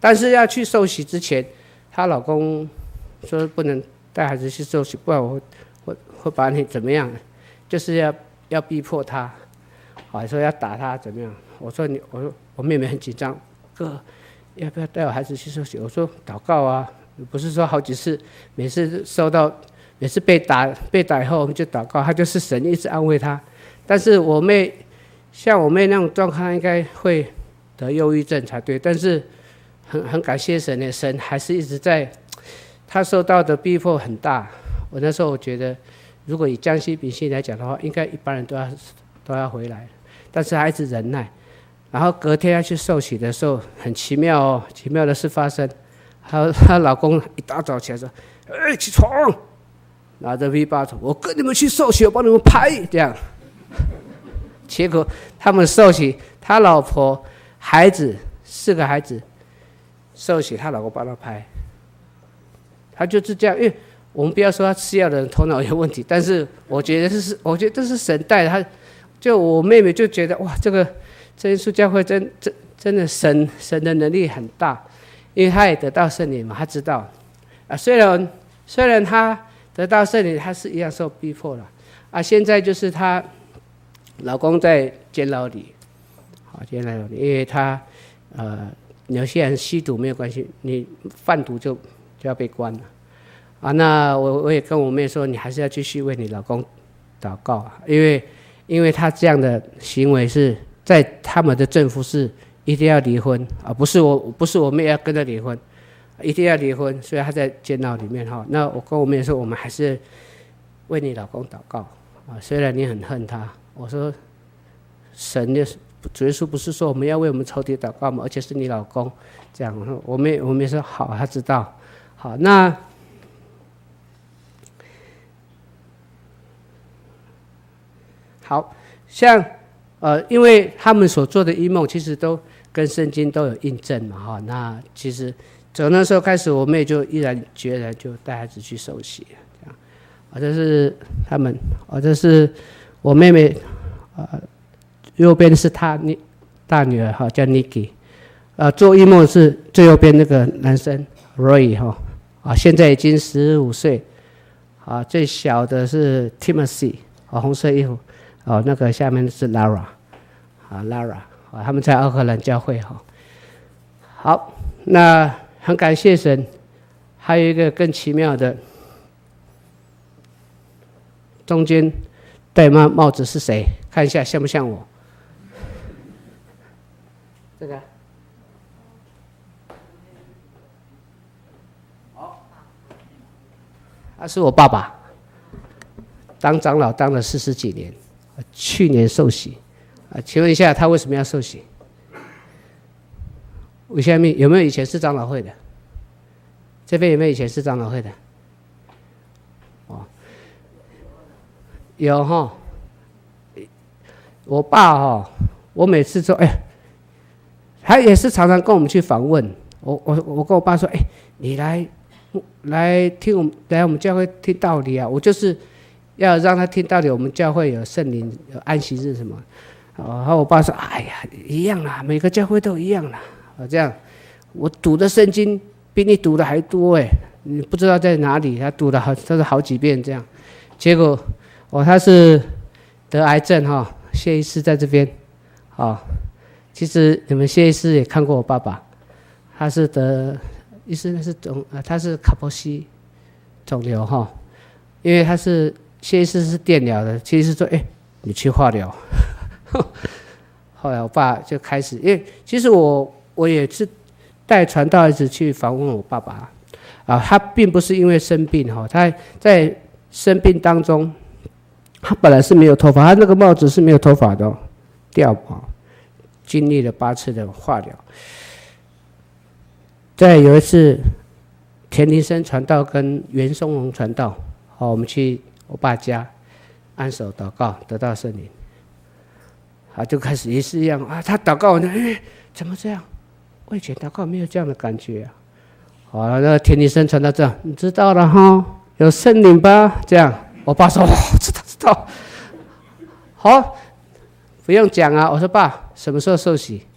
[SPEAKER 1] 但是要去受洗之前，她老公说不能带孩子去受洗，不然我会会把你怎么样，就是要要逼迫她，啊，说要打她怎么样？我说你，我说我妹妹很紧张，哥，要不要带我孩子去受洗？我说祷告啊，不是说好几次，每次收到，每次被打被打以后我们就祷告，他就是神一直安慰他。但是我妹像我妹那种状况，应该会得忧郁症才对。但是很很感谢神的，神还是一直在，他受到的逼迫很大。我那时候我觉得，如果以江西秉性来讲的话，应该一般人都要都要回来，但是他一直忍耐。然后隔天要去受洗的时候，很奇妙哦，奇妙的事发生。她她老公一大早起来说：“哎，起床！”拿着 V 八 我跟你们去受洗，我帮你们拍这样。结果他们受洗，他老婆、孩子四个孩子受洗，他老公帮他拍。他就是这样，因为我们不要说他吃药的人头脑有问题，但是我觉得这是，我觉得这是神带的。他就我妹妹就觉得哇，这个真耶稣教会真真真的神神的能力很大，因为他也得到圣灵嘛，他知道啊，虽然虽然他得到圣灵，他是一样受逼迫了啊。现在就是她老公在监牢里，好监牢里，因为他呃，有些人吸毒没有关系，你贩毒就就要被关了啊。那我我也跟我妹说，你还是要继续为你老公祷告啊，因为因为他这样的行为是在他们的政府是一定要离婚啊，不是我不是我妹要跟他离婚。一定要离婚，所以他在监牢里面哈。那我跟我妹说，我们还是为你老公祷告啊。虽然你很恨他，我说神的主耶稣不是说我们要为我们仇敌祷告吗？而且是你老公这样。我妹我妹说好，他知道。好，那好像呃，因为他们所做的异梦，其实都跟圣经都有印证嘛哈。那其实。从那时候开始，我妹就毅然决然就带孩子去受洗，这样。啊，这是他们，啊，这是我妹妹，啊，右边是她大女儿哈，叫 Nikki， 啊，做异梦是最右边那个男生 Roy 哈，啊，现在已经十五岁，啊，最小的是 Timothy， 啊，红色衣服，哦，那个下面是 Lara， 啊 Lara， 啊，他们在奥克兰教会哈。好，那。很感谢神，还有一个更奇妙的，中间戴帽帽子是谁？看一下像不像我？这个，好，他是我爸爸，当长老当了四十几年，去年受洗，啊，请问一下他为什么要受洗？为什么？有没有以前是长老会的？这边有没有以前是长老会的？哦，有哈。我爸哈，我每次说，哎，他也是常常跟我们去访问。我我我跟我爸说，哎，你来来听我们来我们教会听道理啊！我就是要让他听道理。我们教会有圣灵，有安息日什么。然后我爸说，哎呀，一样啦，每个教会都一样啦。啊，这样，我读的圣经比你读的还多哎，你不知道在哪里，他读了好，他是好几遍这样，结果，哦，他是得癌症哈，谢医师在这边，哦，其实你们谢医师也看过我爸爸，他是得，医师那是肿，呃，他是卡波西肿瘤哈，因为他是谢医师是电疗的，谢医师说，哎，你去化疗，后来我爸就开始，因为其实我。我也是带传道一直去访问我爸爸，啊，他并不是因为生病哈，他在生病当中，他本来是没有头发，他那个帽子是没有头发的、哦，掉啊，经历了八次的化疗。再有一次，田林生传道跟袁松荣传道，好，我们去我爸家按手祷告，得到圣灵，啊，就开始也是一样啊，他祷告完了，哎，怎么这样？我以前祷告没有这样的感觉啊！好，那个田医生传到这样，你知道了哈，有圣灵吧？这样，我爸说：“哦，知道知道。”好，不用讲啊。我说爸，什么时候受洗？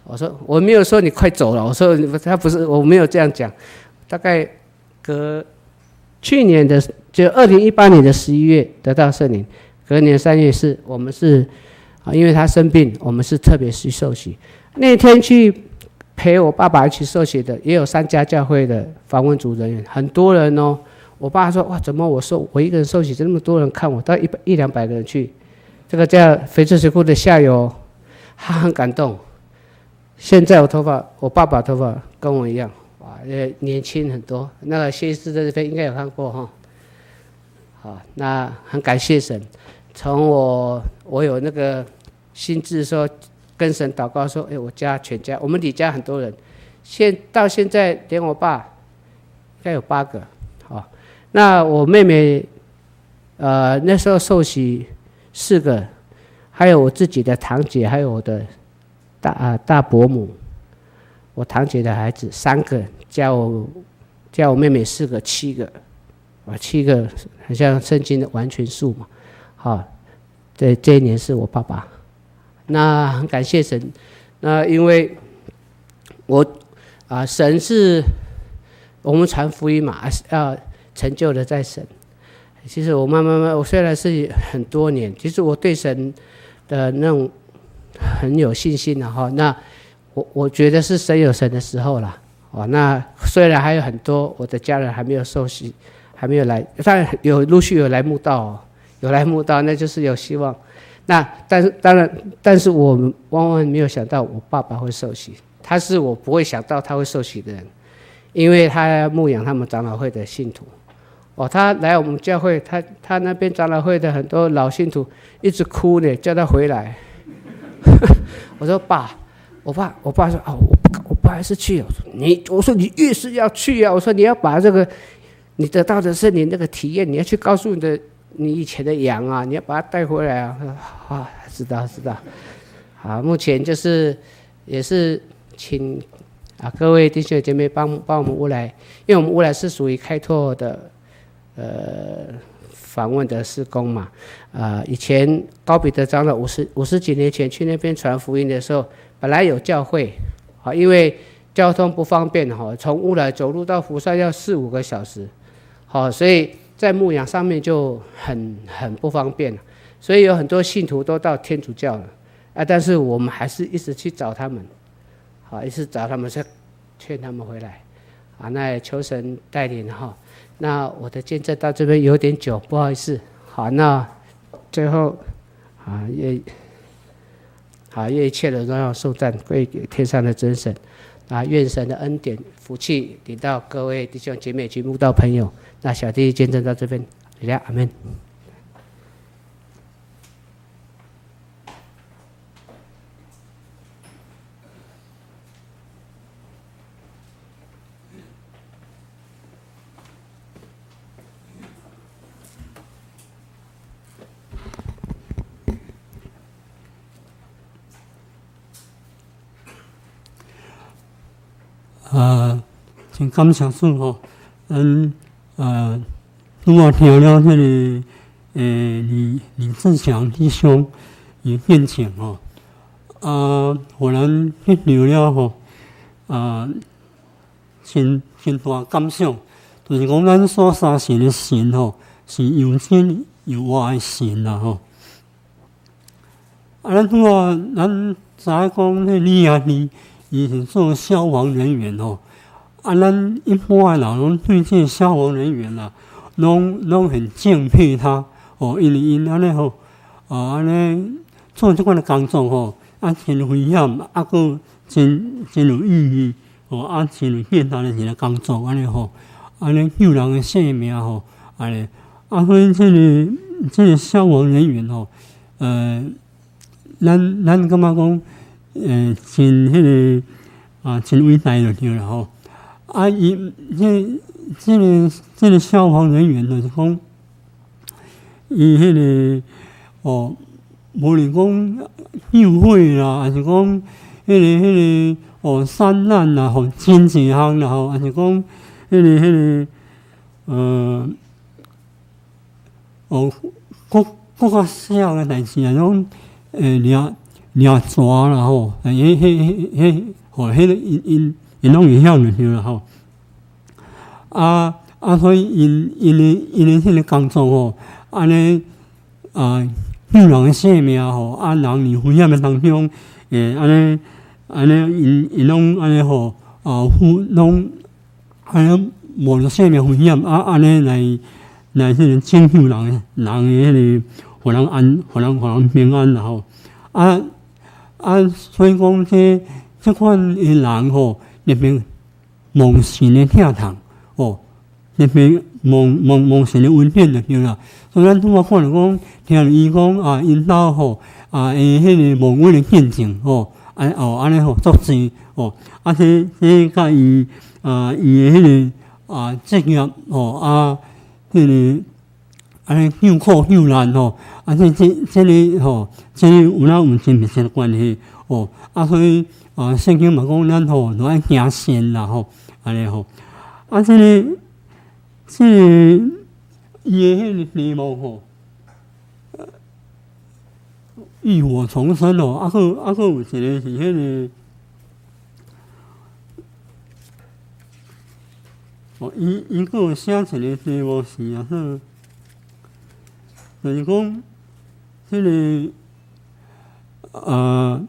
[SPEAKER 1] 我说我没有说你快走了，我说他不是，我没有这样讲。大概隔去年的就二零一八年的十一月得到圣灵，隔年三月是我们是啊，因为他生病，我们是特别去受洗。那天去陪我爸爸一起受洗的，也有三家教会的访问组人员，很多人哦。我爸说哇，怎么我受我一个人受洗，这么多人看我，到一百一两百个人去。这个叫翡翠水库的下游，他很感动。现在我头发，我爸爸头发跟我一样，哇，呃，年轻很多。那个谢医师在这边应该有看过哈。好，那很感谢神。从我我有那个心智说，跟神祷告说，哎，我家全家，我们李家很多人，现到现在连我爸应该有八个。好，那我妹妹，呃，那时候受洗四个，还有我自己的堂姐，还有我的。大啊大伯母，我堂姐的孩子三个，加我加我妹妹四个，七个，啊七个，很像圣经的完全数嘛，好，这这一年是我爸爸，那很感谢神，那因为我啊神是我们传福音嘛，要成就的在神。其实我慢慢慢，我虽然是很多年，其实我对神的那种。很有信心的哈，那我我觉得是神有神的时候了哦。那虽然还有很多我的家人还没有受洗，还没有来，当然有陆续有来慕道哦，有来慕道，那就是有希望。那但是当然，但是我们万万没有想到我爸爸会受洗，他是我不会想到他会受洗的人，因为他牧养他们长老会的信徒哦。他来我们教会，他他那边长老会的很多老信徒一直哭呢，叫他回来。我说爸，我爸我爸说啊、哦，我不我不还是去。我说你，我说你越是要去啊。我说你要把这个你得到的圣灵那个体验，你要去告诉你的你以前的羊啊，你要把它带回来啊。啊，知道知道。好，目前就是也是请啊各位弟兄姐妹帮帮我们乌来，因为我们乌来是属于开拓的呃。访问的事工嘛，啊、呃，以前高彼得长老五十五十几年前去那边传福音的时候，本来有教会，啊，因为交通不方便哈，从乌来走路到福山要四五个小时，好，所以在牧养上面就很很不方便，所以有很多信徒都到天主教了，啊，但是我们还是一直去找他们，好，一直找他们，是劝他们回来，啊，那也求神带领哈。那我的见证到这边有点久，不好意思。好，那最后啊，愿好愿一切的荣耀颂赞归给天上的真神啊，愿神的恩典福气领到各位弟兄姐妹及慕道朋友。那小弟见证到这边，阿们。
[SPEAKER 2] 啊，真感谢主吼，咱啊，拄仔听了迄、那个诶，李李志祥弟兄伊见证吼，啊，互咱迄聊了吼，啊，真真大感想，就是讲咱所相信的神吼，是有真有活的神啦吼。啊，咱拄仔咱知影讲迄李阿弟。伊是做消防人员吼，啊，咱一般人拢对这消防人员啦，拢拢很敬佩他哦，因为因安尼吼，啊安尼做这款的工作吼，啊真危险，啊个真真有意义哦，啊真有简单的一个工作安尼吼，安尼救人的性命吼，安尼，啊所以这个这个消防人员吼，呃，咱咱感觉讲。诶，真迄个啊，真伟大就对了吼。啊，伊这这个这个消防人员就是讲，伊迄个哦，无论讲救火啦，还是讲迄个迄个哦散难啦，吼，真济项啦，吼，还是讲迄个迄个呃哦，国国较小个代志啊，种诶了。 抓蛇啦吼，迄迄迄迄吼，迄个因因因拢会晓就对啦吼。啊啊，所以因因诶因诶迄个工作吼，安尼啊，救人诶性命吼，啊人伫危险诶当中，诶安尼安尼因因拢安尼吼，啊，拢安尼无着性命危险，啊安尼来来迄个拯救人诶人诶迄个，互人安，互人互人平安啦吼。啊啊，所以讲这这款诶人吼，特别蒙神诶疼痛哦，特别蒙蒙蒙神诶恩典就对啦。所以咱拄仔看着讲，听伊讲啊，因兜吼啊，诶，迄个蒙恩诶见证哦，安哦安尼吼足济哦，啊这这甲伊啊伊诶迄个啊职业哦啊，迄个安尼救苦救难吼，啊这这这个吼，这个有哪有真密切诶关系哦，啊所以啊圣经嘛讲咱吼都爱行善啦吼，安尼吼，啊这个这个伊诶迄个题目吼。浴火重生哦，啊个啊个有一个是迄个，哦，伊伊个有写一个题目是啊，说，就是讲，迄个啊，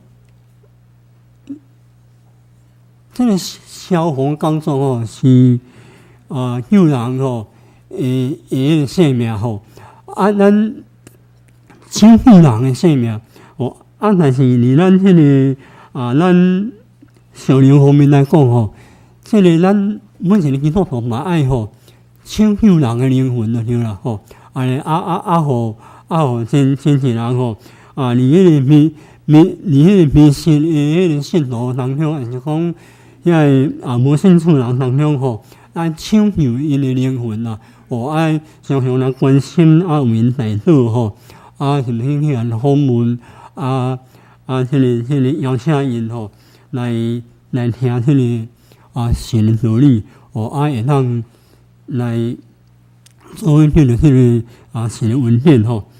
[SPEAKER 2] 这个消防工作哦是啊救人哦，诶诶性命吼，啊咱。拯救人诶性命，哦，啊，但是伫咱迄个啊，咱上流方面来讲吼，即个咱每一个基督徒嘛爱吼拯救人诶灵魂就对啦吼，安尼啊啊啊吼啊吼，真真侪人吼啊，伫迄个迷迷伫迄个迷信诶迄个信徒当中，还是讲遐个啊无信主人当中吼，爱拯救因诶灵魂啦，哦，爱常常来关心啊，为因代祷吼。啊，是毋是去人访问啊啊，迄个迄个邀请因吼来来听迄个啊神的道理，哦啊会当来做迄个迄个啊神的文献吼，